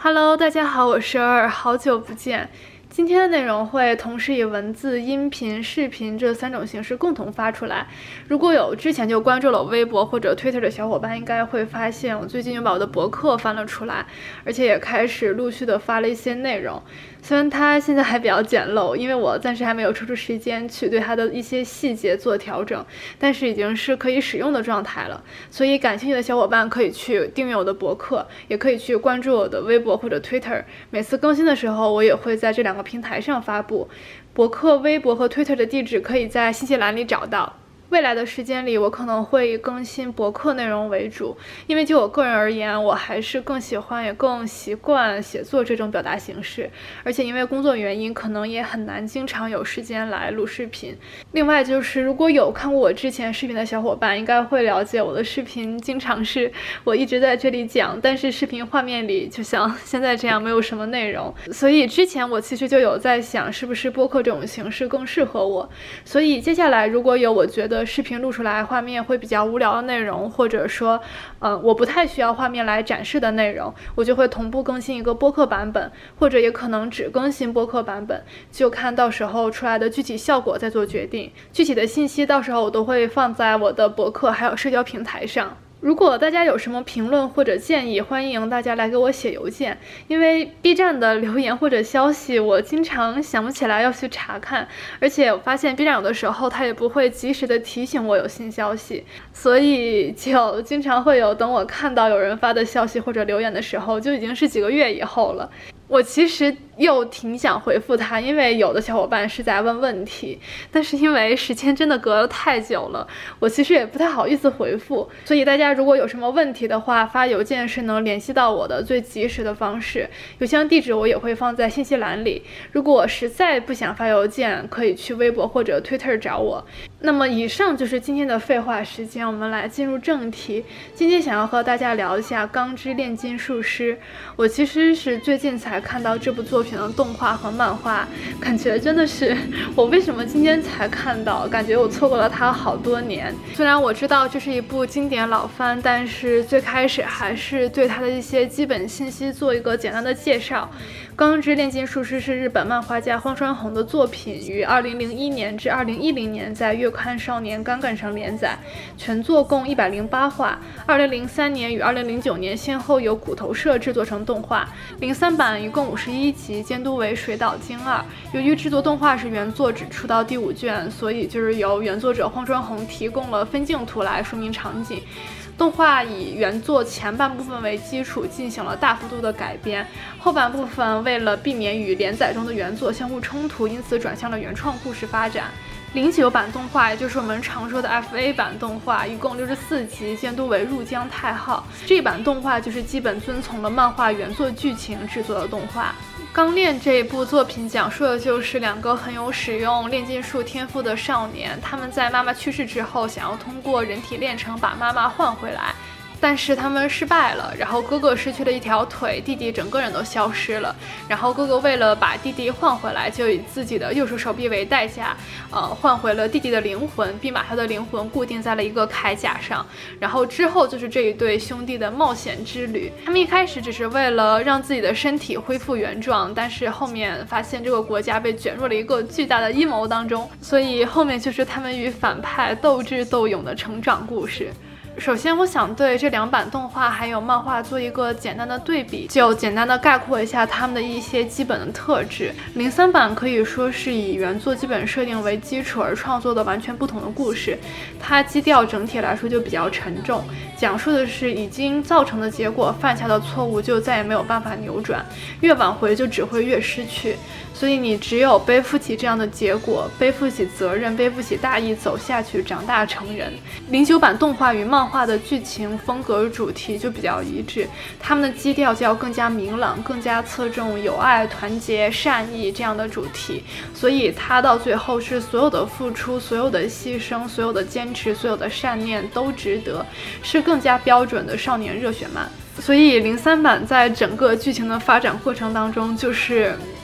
Hello，大家好，我是尔，好久不见。今天的内容会同时以文字、音频、视频这3种形式共同发出来。如果有之前就关注了我微博或者 Twitter 的小伙伴，应该会发现我最近又把我的博客翻了出来，而且也开始陆续的发了一些内容。虽然它现在还比较简陋，因为我暂时还没有抽出时间去对它的一些细节做调整，但是已经是可以使用的状态了。所以感兴趣的小伙伴可以去订阅我的博客，也可以去关注我的微博或者 Twitter。每次更新的时候，我也会在这2个平台上发布。博客、微博和 Twitter 的地址可以在信息栏里找到。未来的时间里，我可能会以更新博客内容为主，因为就我个人而言，我还是更喜欢也更习惯写作这种表达形式，而且因为工作原因，可能也很难经常有时间来录视频。另外就是如果有看过我之前视频的小伙伴，应该会了解我的视频经常是我一直在这里讲，但是视频画面里就像现在这样没有什么内容，所以之前我其实就有在想是不是播客这种形式更适合我。所以接下来如果有我觉得视频录出来画面会比较无聊的内容，或者说我不太需要画面来展示的内容，我就会同步更新一个播客版本，或者也可能只更新播客版本，就看到时候出来的具体效果再做决定。具体的信息到时候我都会放在我的博客还有社交平台上。如果大家有什么评论或者建议，欢迎大家来给我写邮件，因为 B 站的留言或者消息我经常想不起来要去查看，而且我发现 B 站有的时候它也不会及时的提醒我有新消息，所以就经常会有等我看到有人发的消息或者留言的时候，就已经是几个月以后了。我其实又挺想回复他，因为有的小伙伴是在问问题，但是因为时间真的隔了太久了，我其实也不太好意思回复，所以大家如果有什么问题的话，发邮件是能联系到我的最及时的方式，邮箱地址我也会放在信息栏里。如果实在不想发邮件，可以去微博或者 Twitter 找我。那么以上就是今天的废话时间，我们来进入正题。今天想要和大家聊一下《钢之炼金术师》，我其实是最近才看到这部作品的动画和漫画，感觉真的是我为什么今天才看到，感觉我错过了它好多年。虽然我知道这是一部经典老番，但是最开始还是对它的一些基本信息做一个简单的介绍。《钢之炼金术师》是日本漫画家荒川弘的作品，于2001年至2010年在月刊少年干干上连载，全作共108话。2003年与2009年先后由骨头社制作成动画，03版一共51集，监督为水岛精二。由于制作动画是原作只出到第5卷，所以就是由原作者荒川弘提供了分镜图来说明场景。动画以原作前半部分为基础进行了大幅度的改编，后半部分为了避免与连载中的原作相互冲突，因此转向了原创故事发展。09版动画，也就是我们常说的 FA 版动画，一共64集，监督为入江太浩。这版动画就是基本遵从了漫画原作剧情制作的动画。钢炼这一部作品讲述的就是2个很有使用炼金术天赋的少年，他们在妈妈去世之后，想要通过人体炼成把妈妈换回来，但是他们失败了，然后哥哥失去了一条腿，弟弟整个人都消失了。然后哥哥为了把弟弟换回来，就以自己的右手手臂为代价，换回了弟弟的灵魂，并把他的灵魂固定在了一个铠甲上。然后之后就是这一对兄弟的冒险之旅。他们一开始只是为了让自己的身体恢复原状，但是后面发现这个国家被卷入了一个巨大的阴谋当中，所以后面就是他们与反派斗智斗勇的成长故事。首先我想对这2版动画还有漫画做一个简单的对比，就简单的概括一下他们的一些基本的特质。03版可以说是以原作基本设定为基础而创作的完全不同的故事，它基调整体来说就比较沉重，讲述的是已经造成的结果，犯下的错误就再也没有办法扭转，越挽回就只会越失去，所以你只有背负起这样的结果，背负起责任，背负起大义，走下去，长大成人。09版动画与漫画的剧情风格主题就比较一致，他们的基调就要更加明朗，更加侧重友爱、团结、善意这样的主题，所以它到最后是所有的付出，所有的牺牲，所有的坚持，所有的善念都值得，是更加标准的少年热血漫。所以03版在整个剧情的发展过程当中，就是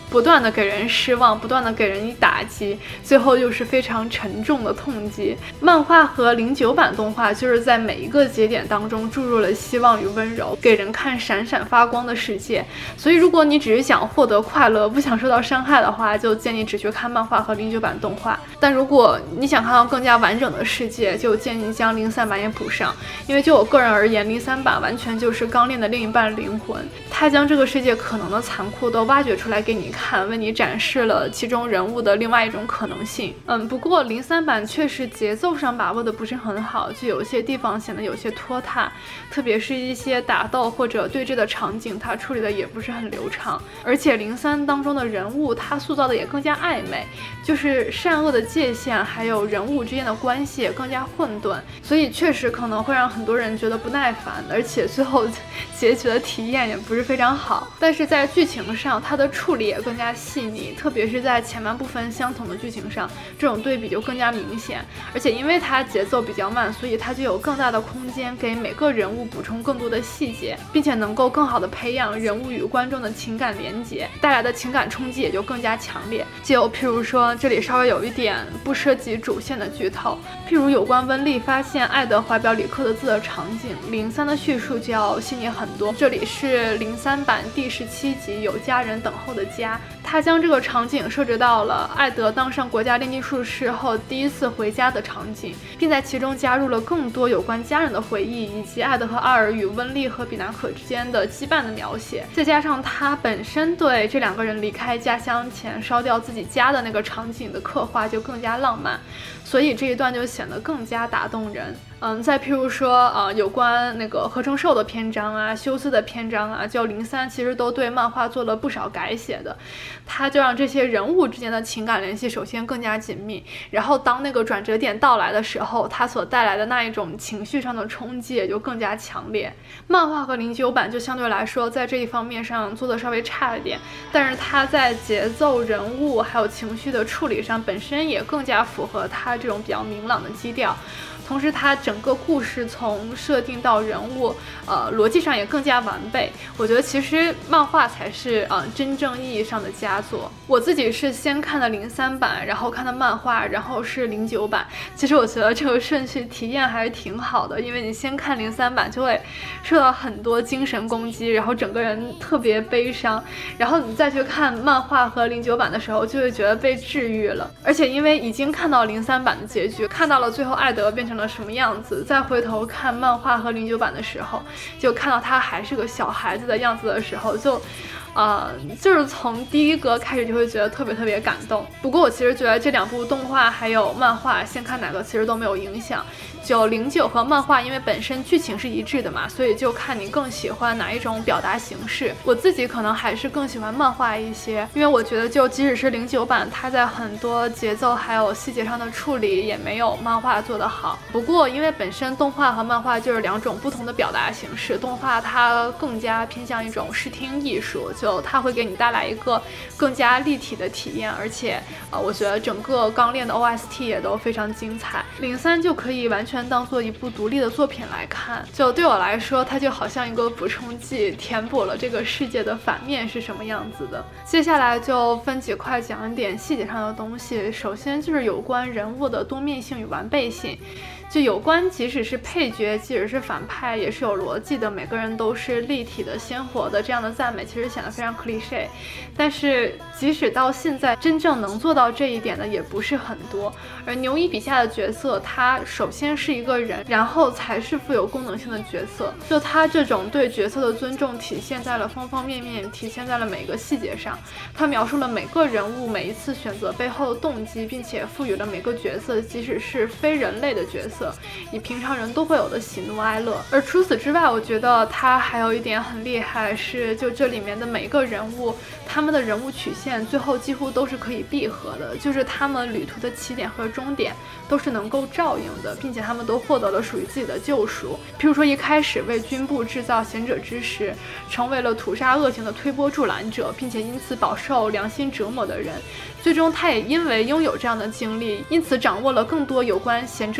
不断的给人失望，不断的给人以打击，最后又是非常沉重的痛击。漫画和09版动画就是在每一个节点当中注入了希望与温柔，给人看闪闪发光的世界。所以如果你只是想获得快乐，不想受到伤害的话，就建议只去看漫画和09版动画。但如果你想看到更加完整的世界，就建议将03版也补上。因为就我个人而言，03版完全就是钢炼的另一半灵魂，他将这个世界可能的残酷都挖掘出来给你看，为你展示了其中人物的另外一种可能性。不过03版确实节奏上把握的不是很好，就有些地方显得有些拖沓，特别是一些打斗或者对峙的场景，它处理的也不是很流畅。而且03当中的人物，它塑造的也更加暧昧，就是善恶的界限还有人物之间的关系也更加混沌，所以确实可能会让很多人觉得不耐烦，而且最后结局的体验也不是非常好。但是在剧情上，它的处理也更加细腻，特别是在前半部分相同的剧情上，这种对比就更加明显。而且因为它节奏比较慢，所以它就有更大的空间给每个人物补充更多的细节，并且能够更好的培养人物与观众的情感连结，带来的情感冲击也就更加强烈。就譬如说，这里稍微有一点不涉及主线的剧透，譬如有关温丽发现艾德怀表里刻的字的场景，03的叙述就要细腻很多。这里是03版第17集有家人等候的家，他将这个场景设置到了艾德当上国家炼金术士后第一次回家的场景，并在其中加入了更多有关家人的回忆，以及艾德和阿尔与温丽和比南可之间的羁绊的描写，再加上他本身对这两个人离开家乡前烧掉自己家的那个场景的刻画就更加浪漫，所以这一段就显得更加打动人。再譬如说有关那个合成兽的篇章啊，休斯的篇章啊，就03其实都对漫画做了不少改写的，它就让这些人物之间的情感联系首先更加紧密，然后当那个转折点到来的时候，它所带来的那一种情绪上的冲击也就更加强烈。漫画和09版就相对来说在这一方面上做的稍微差一点，但是它在节奏、人物还有情绪的处理上本身也更加符合它这种比较明朗的基调。同时它整个故事从设定到人物逻辑上也更加完备。我觉得其实漫画才是真正意义上的佳作。我自己是先看的03版，然后看的漫画，然后是09版。其实我觉得这个顺序体验还是挺好的，因为你先看03版就会受到很多精神攻击，然后整个人特别悲伤，然后你再去看漫画和09版的时候就会觉得被治愈了。而且因为已经看到03版的结局，看到了最后艾德变成了什么样子，再回头看漫画和09版的时候，就看到他还是个小孩子的样子的时候，就是从第一个开始就会觉得特别感动。不过我其实觉得这两部动画还有漫画先看哪个其实都没有影响，就09和漫画因为本身剧情是一致的嘛，所以就看你更喜欢哪一种表达形式。我自己可能还是更喜欢漫画一些，因为我觉得就即使是09版，它在很多节奏还有细节上的处理也没有漫画做得好。不过因为本身动画和漫画就是两种不同的表达形式，动画它更加偏向一种视听艺术，就它会给你带来一个更加立体的体验，而且我觉得整个钢炼的 OST 也都非常精彩。03就可以完全当做一部独立的作品来看，就对我来说它就好像一个补充剂，填补了这个世界的反面是什么样子的。接下来就分几块讲一点细节上的东西。首先就是有关人物的多面性与完备性，就有关即使是配角即使是反派也是有逻辑的，每个人都是立体的鲜活的，这样的赞美其实显得非常 cliché， 但是即使到现在真正能做到这一点的也不是很多。而牛一笔下的角色，他首先是一个人，然后才是富有功能性的角色，就他这种对角色的尊重体现在了方方面面，体现在了每个细节上。他描述了每个人物每一次选择背后的动机，并且赋予了每个角色即使是非人类的角色以平常人都会有的喜怒哀乐。而除此之外，我觉得他还有一点很厉害，是就这里面的每一个人物，他们的人物曲线最后几乎都是可以闭合的，就是他们旅途的起点和终点都是能够照应的，并且他们都获得了属于自己的救赎。譬如说一开始为军部制造贤者之石，成为了屠杀恶行的推波助澜者，并且因此饱受良心折磨的人，最终他也因为拥有这样的经历，因此掌握了更多有关贤者之石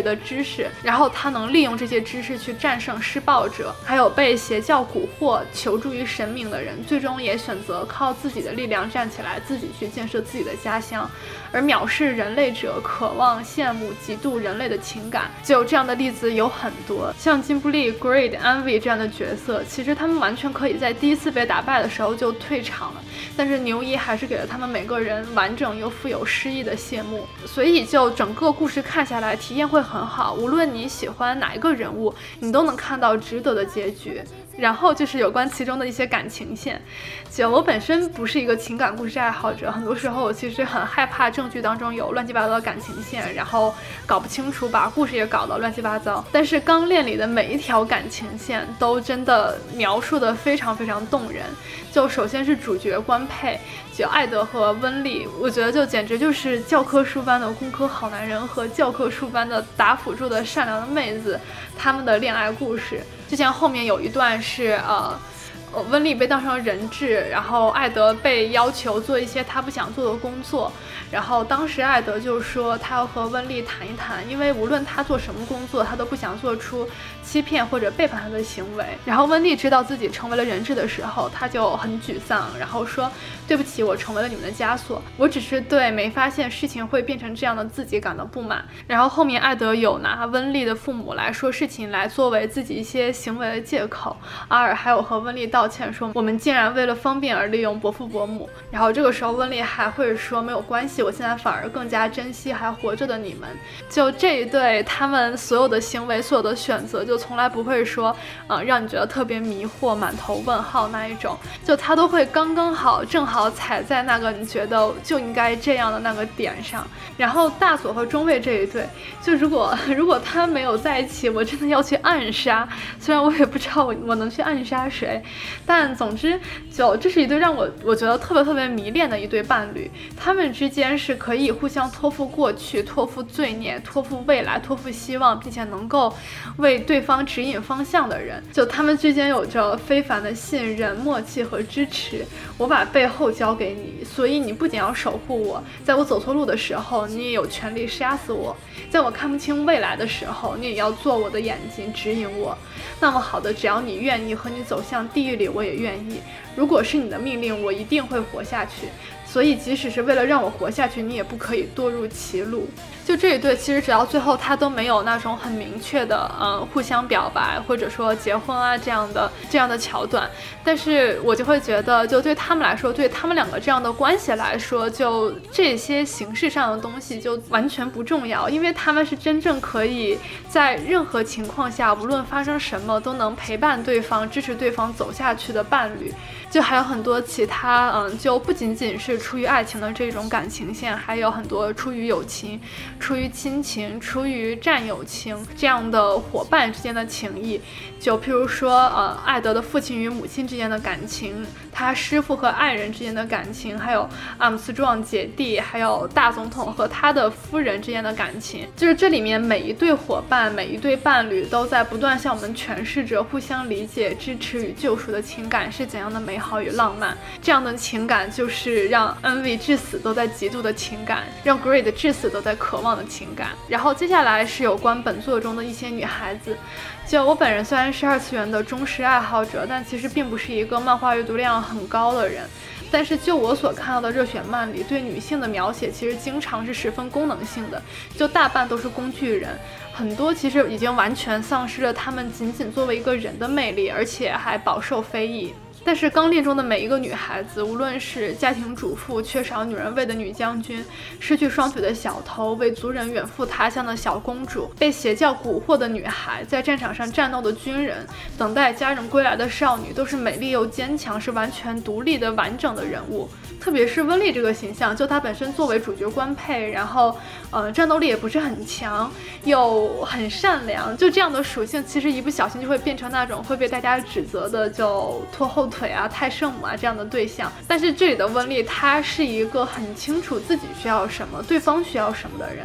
的知识，然后他能利用这些知识去战胜施暴者，还有被邪教蛊惑求助于神明的人，最终也选择靠自己的力量站起来，自己去建设自己的家乡。而藐视人类者渴望、羡慕、嫉妒人类的情感，就这样的例子有很多。像金布利、Greed、Envy 这样的角色，其实他们完全可以在第一次被打败的时候就退场了，但是牛一还是给了他们每个人完整又富有诗意的谢幕。所以就整个故事看下来，体验会很好，无论你喜欢哪一个人物，你都能看到值得的结局。然后就是有关其中的一些感情线，就我本身不是一个情感故事爱好者，很多时候我其实很害怕证据当中有乱七八糟的感情线，然后搞不清楚，把故事也搞得乱七八糟。但是《钢炼》里的每一条感情线都真的描述得非常非常动人。就首先是主角官配，就艾德和温丽，我觉得就简直就是教科书般的工科好男人和教科书般的打辅助的善良的妹子，他们的恋爱故事。就像后面有一段是温丽被当成人质，然后艾德被要求做一些他不想做的工作，然后当时艾德就说他要和温丽谈一谈，因为无论他做什么工作，他都不想做出欺骗或者背叛他的行为。然后温丽知道自己成为了人质的时候，他就很沮丧，然后说对不起，我成为了你们的枷锁，我只是对没发现事情会变成这样的自己感到不满。然后后面艾德有拿温丽的父母来说事情，来作为自己一些行为的借口。阿尔还有和温丽道歉说我们竟然为了方便而利用伯父伯母，然后这个时候温丽还会说没有关系，我现在反而更加珍惜还活着的你们。就这一对他们所有的行为所有的选择，就从来不会说让你觉得特别迷惑满头问号那一种，就他都会刚刚好正好踩在那个你觉得就应该这样的那个点上。然后大佐和中尉这一对，就如果他没有在一起，我真的要去暗杀，虽然我也不知道我能去暗杀谁，但总之就这是一对让我觉得特别迷恋的一对伴侣，他们之间是可以互相托付过去，托付罪孽，托付未来，托付希望，并且能够为对方指引方向的人。就他们之间有着非凡的信任、默契和支持。我把背后交给你，所以你不仅要守护我，在我走错路的时候，你也有权利杀死我；在我看不清未来的时候，你也要做我的眼睛，指引我。那么好的，只要你愿意，和你走向地狱里我也愿意。如果是你的命令，我一定会活下去。所以即使是为了让我活下去，你也不可以堕入歧路。就这一对其实直到最后他都没有那种很明确的互相表白或者说结婚啊这样的桥段，但是我就会觉得就对他们来说，对他们两个这样的关系来说，就这些形式上的东西就完全不重要，因为他们是真正可以在任何情况下无论发生什么都能陪伴对方支持对方走下去的伴侣。就还有很多其他就不仅仅是出于爱情的这种感情线，还有很多出于友情、出于亲情、出于战友情这样的伙伴之间的情谊。就譬如说艾德的父亲与母亲之间的感情，他师父和爱人之间的感情，还有阿姆斯壮姐弟，还有大总统和他的夫人之间的感情。就是这里面每一对伙伴，每一对伴侣都在不断向我们诠释着互相理解、支持与救赎的情感是怎样的美好与浪漫。这样的情感就是让 Envy 至死都在嫉妒的情感，让 Greed 至死都在渴望的情感。然后接下来是有关本作中的一些女孩子。就我本人虽然是二次元的忠实爱好者，但其实并不是一个漫画阅读量很高的人。但是就我所看到的热血漫里，对女性的描写其实经常是十分功能性的，就大半都是工具人，很多其实已经完全丧失了她们仅仅作为一个人的魅力，而且还饱受非议。但是钢炼中的每一个女孩子，无论是家庭主妇、缺少女人味的女将军、失去双腿的小偷、为族人远赴他乡的小公主、被邪教蛊惑的女孩、在战场上战斗的军人、等待家人归来的少女，都是美丽又坚强，是完全独立的完整的人物。特别是温丽这个形象，就她本身作为主角官配，然后战斗力也不是很强，又很善良，就这样的属性其实一不小心就会变成那种会被大家指责的就拖后腿啊、太圣母啊这样的对象。但是这里的温丽她是一个很清楚自己需要什么、对方需要什么的人。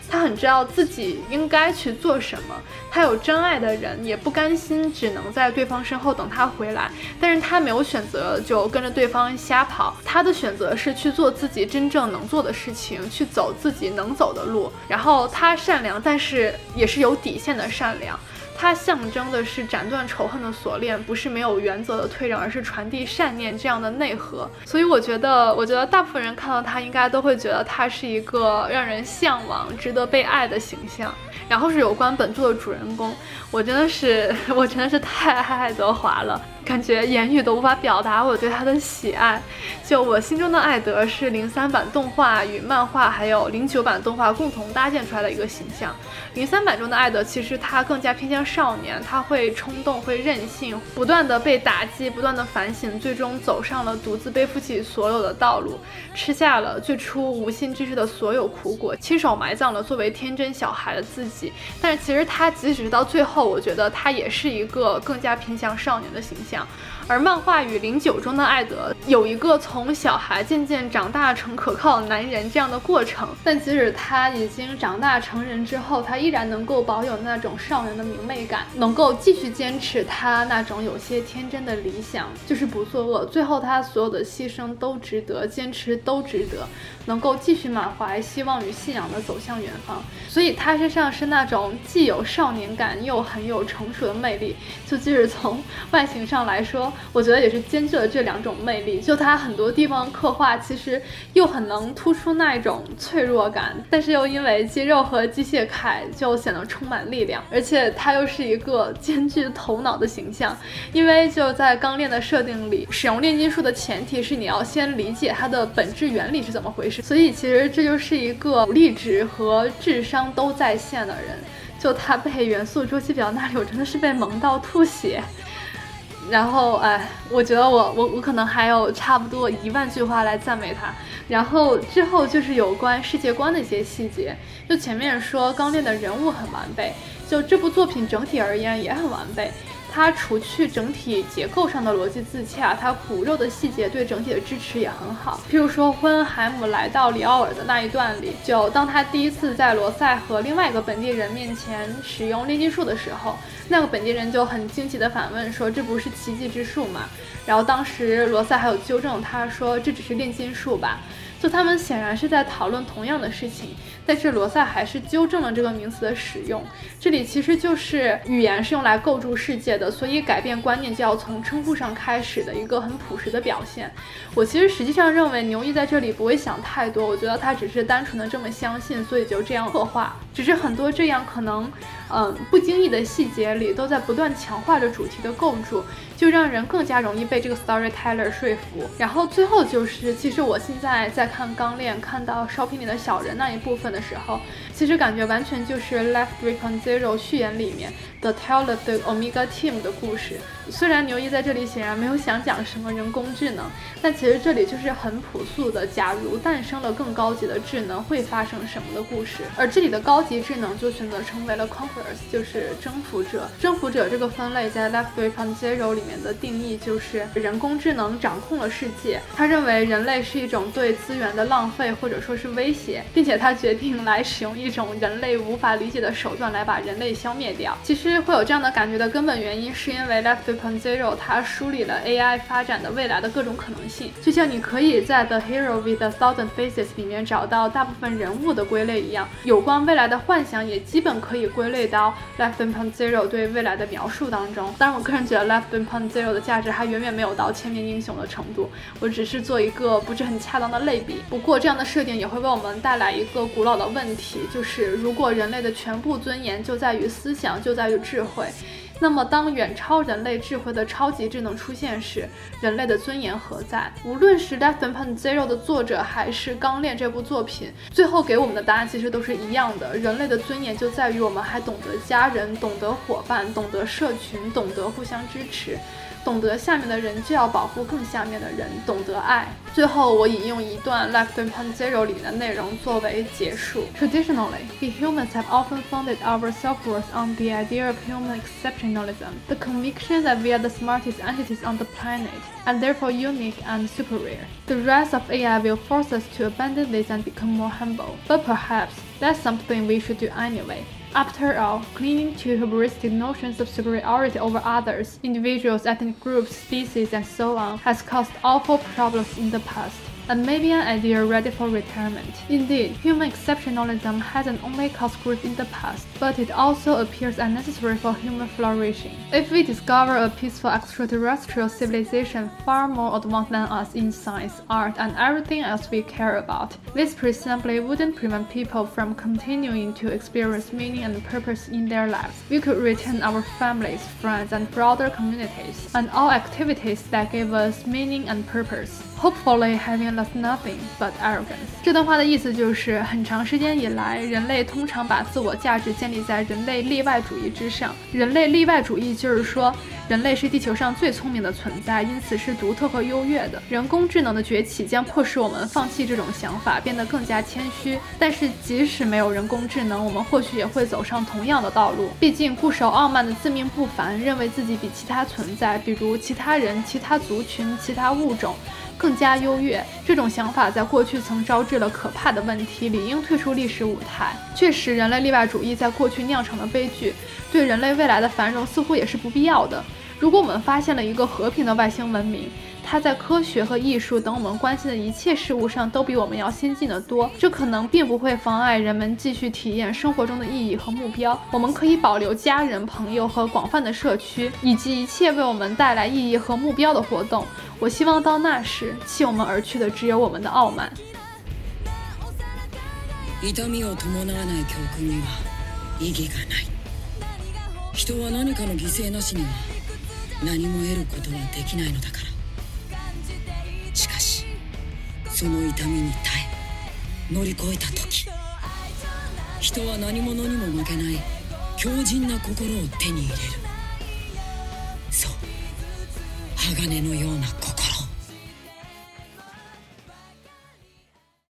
他很知道自己应该去做什么，他有真爱的人也不甘心只能在对方身后等他回来，但是他没有选择就跟着对方瞎跑，他的选择是去做自己真正能做的事情，去走自己能走的路。然后他善良，但是也是有底线的善良，它象征的是斩断仇恨的锁链，不是没有原则的退让，而是传递善念这样的内核。所以我觉得大部分人看到他应该都会觉得他是一个让人向往值得被爱的形象。然后是有关本作的主人公，我真的是太爱爱德华了，感觉言语都无法表达我对他的喜爱。就我心中的艾德是03版动画与漫画还有09版动画共同搭建出来的一个形象。03版中的艾德其实他更加偏向少年，他会冲动，会任性，不断的被打击，不断的反省，最终走上了独自背负起所有的道路，吃下了最初无心之失的所有苦果，亲手埋葬了作为天真小孩的自己。但是其实他即使到最后，我觉得他也是一个更加偏向少年的形象。而漫画与09中的艾德有一个从小孩渐渐长大成可靠的男人这样的过程，但即使他已经长大成人之后，他依然能够保有那种少年的明媚感，能够继续坚持他那种有些天真的理想，就是不作恶，最后他所有的牺牲都值得，坚持都值得，能够继续满怀希望与信仰的走向远方。所以他身上是那种既有少年感又很有成熟的魅力，就即使从外形上来说，我觉得也是兼具了这两种魅力。就他很多地方刻画其实又很能突出那一种脆弱感，但是又因为肌肉和机械铠就显得充满力量，而且他又是一个兼具头脑的形象。因为就在钢炼的设定里，使用炼金术的前提是你要先理解它的本质原理是怎么回事，所以其实这就是一个武力值和智商都在线的人。就他背元素周期表那里，我真的是被萌到吐血。然后我觉得我可能还有差不多10000句话来赞美他。然后之后就是有关世界观的一些细节，就前面说钢炼的人物很完备，就这部作品整体而言也很完备。它除去整体结构上的逻辑自洽，它骨肉的细节对整体的支持也很好。譬如说霍恩海姆来到里奥尔的那一段里，就当他第一次在罗塞和另外一个本地人面前使用炼金术的时候，那个本地人就很惊奇地反问说这不是奇迹之术吗？然后当时罗塞还有纠正他说这只是炼金术吧。就他们显然是在讨论同样的事情，但是罗塞还是纠正了这个名词的使用。这里其实就是语言是用来构筑世界的，所以改变观念就要从称呼上开始的一个很朴实的表现。我其实实际上认为牛一在这里不会想太多，我觉得他只是单纯的这么相信，所以就这样刻画。只是很多这样可能不经意的细节里都在不断强化着主题的构筑，就让人更加容易被这个 storyteller 说服。然后最后就是其实我现在在看钢炼看到 shopping 里的小人那一部分的时候，其实感觉完全就是 Left 3.0 续言里面The Tale of the Omega Team 的故事。虽然牛一在这里显然没有想讲什么人工智能，但其实这里就是很朴素的假如诞生了更高级的智能会发生什么的故事。而这里的高级智能就选择成为了 Conquerors， 就是征服者。征服者这个分类在 Left 3.0 里面的定义就是人工智能掌控了世界，他认为人类是一种对资源的浪费或者说是威胁，并且他决定来使用一种人类无法理解的手段来把人类消灭掉。其实会有这样的感觉的根本原因是因为 Left 3.0 它梳理了 AI 发展的未来的各种可能性，就像你可以在 The Hero with a Thousand Faces 里面找到大部分人物的归类一样，有关未来的幻想也基本可以归类到 Left 3.0 对未来的描述当中。当然我个人觉得 Left 3.0 的价值还远远没有到千面英雄的程度，我只是做一个不是很恰当的类比。不过这样的设定也会为我们带来一个古老的问题，就是如果人类的全部尊严就在于思想，就在于智慧，那么当远超人类智慧的超级智能出现时，人类的尊严何在？无论是 Left 3.0 的作者还是钢炼这部作品，最后给我们的答案其实都是一样的，人类的尊严就在于我们还懂得家人，懂得伙伴，懂得社群，懂得互相支持。 懂得下面的人就要保护更下面的人，懂得爱。最后，我引用一段 Life 3.0 里的内容作为结束。Traditionally, we humans have often founded our self-worth on the idea of human exceptionalism, the conviction that we are the smartest entities on the planet, and therefore unique and superior. The rise of AI will force us to abandon this and become more humble, but perhaps that's something we should do anyway. After all, clinging to hubristic notions of superiority over others, individuals, ethnic groups, species, and so on, has caused awful problems in the past, and maybe an idea ready for retirement. Indeed, human exceptionalism hasn't only caused grief in the past, but it also appears unnecessary for human flourishing. If we discover a peaceful extraterrestrial civilization far more advanced than us in science, art, and everything else we care about, this presumably wouldn't prevent people from continuing to experience meaning and purpose in their lives. We could retain our families, friends, and broader communities, and all activities that give us meaning and purpose, hopefully having lost nothing but arrogance. 这段话的意思就是，很长时间以来，人类通常把自我价值建立在人类例外主义之上。人类例外主义就是说，人类是地球上最聪明的存在，因此是独特和优越的。人工智能的崛起将迫使我们放弃这种想法，变得更加谦虚。但是即使没有人工智能，我们或许也会走上同样的道路。毕竟固守傲慢的自命不凡，认为自己比其他存在，比如其他人、其他族群、其他物种更加优越，这种想法在过去曾招致了可怕的问题，理应退出历史舞台。确实，人类例外主义在过去酿成的悲剧，对人类未来的繁荣似乎也是不必要的。如果我们发现了一个和平的外星文明，它在科学和艺术等我们关心的一切事物上都比我们要先进得多，这可能并不会妨碍人们继续体验生活中的意义和目标。我们可以保留家人、朋友和广泛的社区，以及一切为我们带来意义和目标的活动。我希望到那时，弃我们而去的只有我们的傲慢。 痛みを伴わない教訓には意義がない。人は何かの犠牲なしには何も得ることはできないのだから。しかし、その痛みに耐え乗り越えた時、人は何者にも負けない強靭な心を手に入れる。そう、鋼のような心。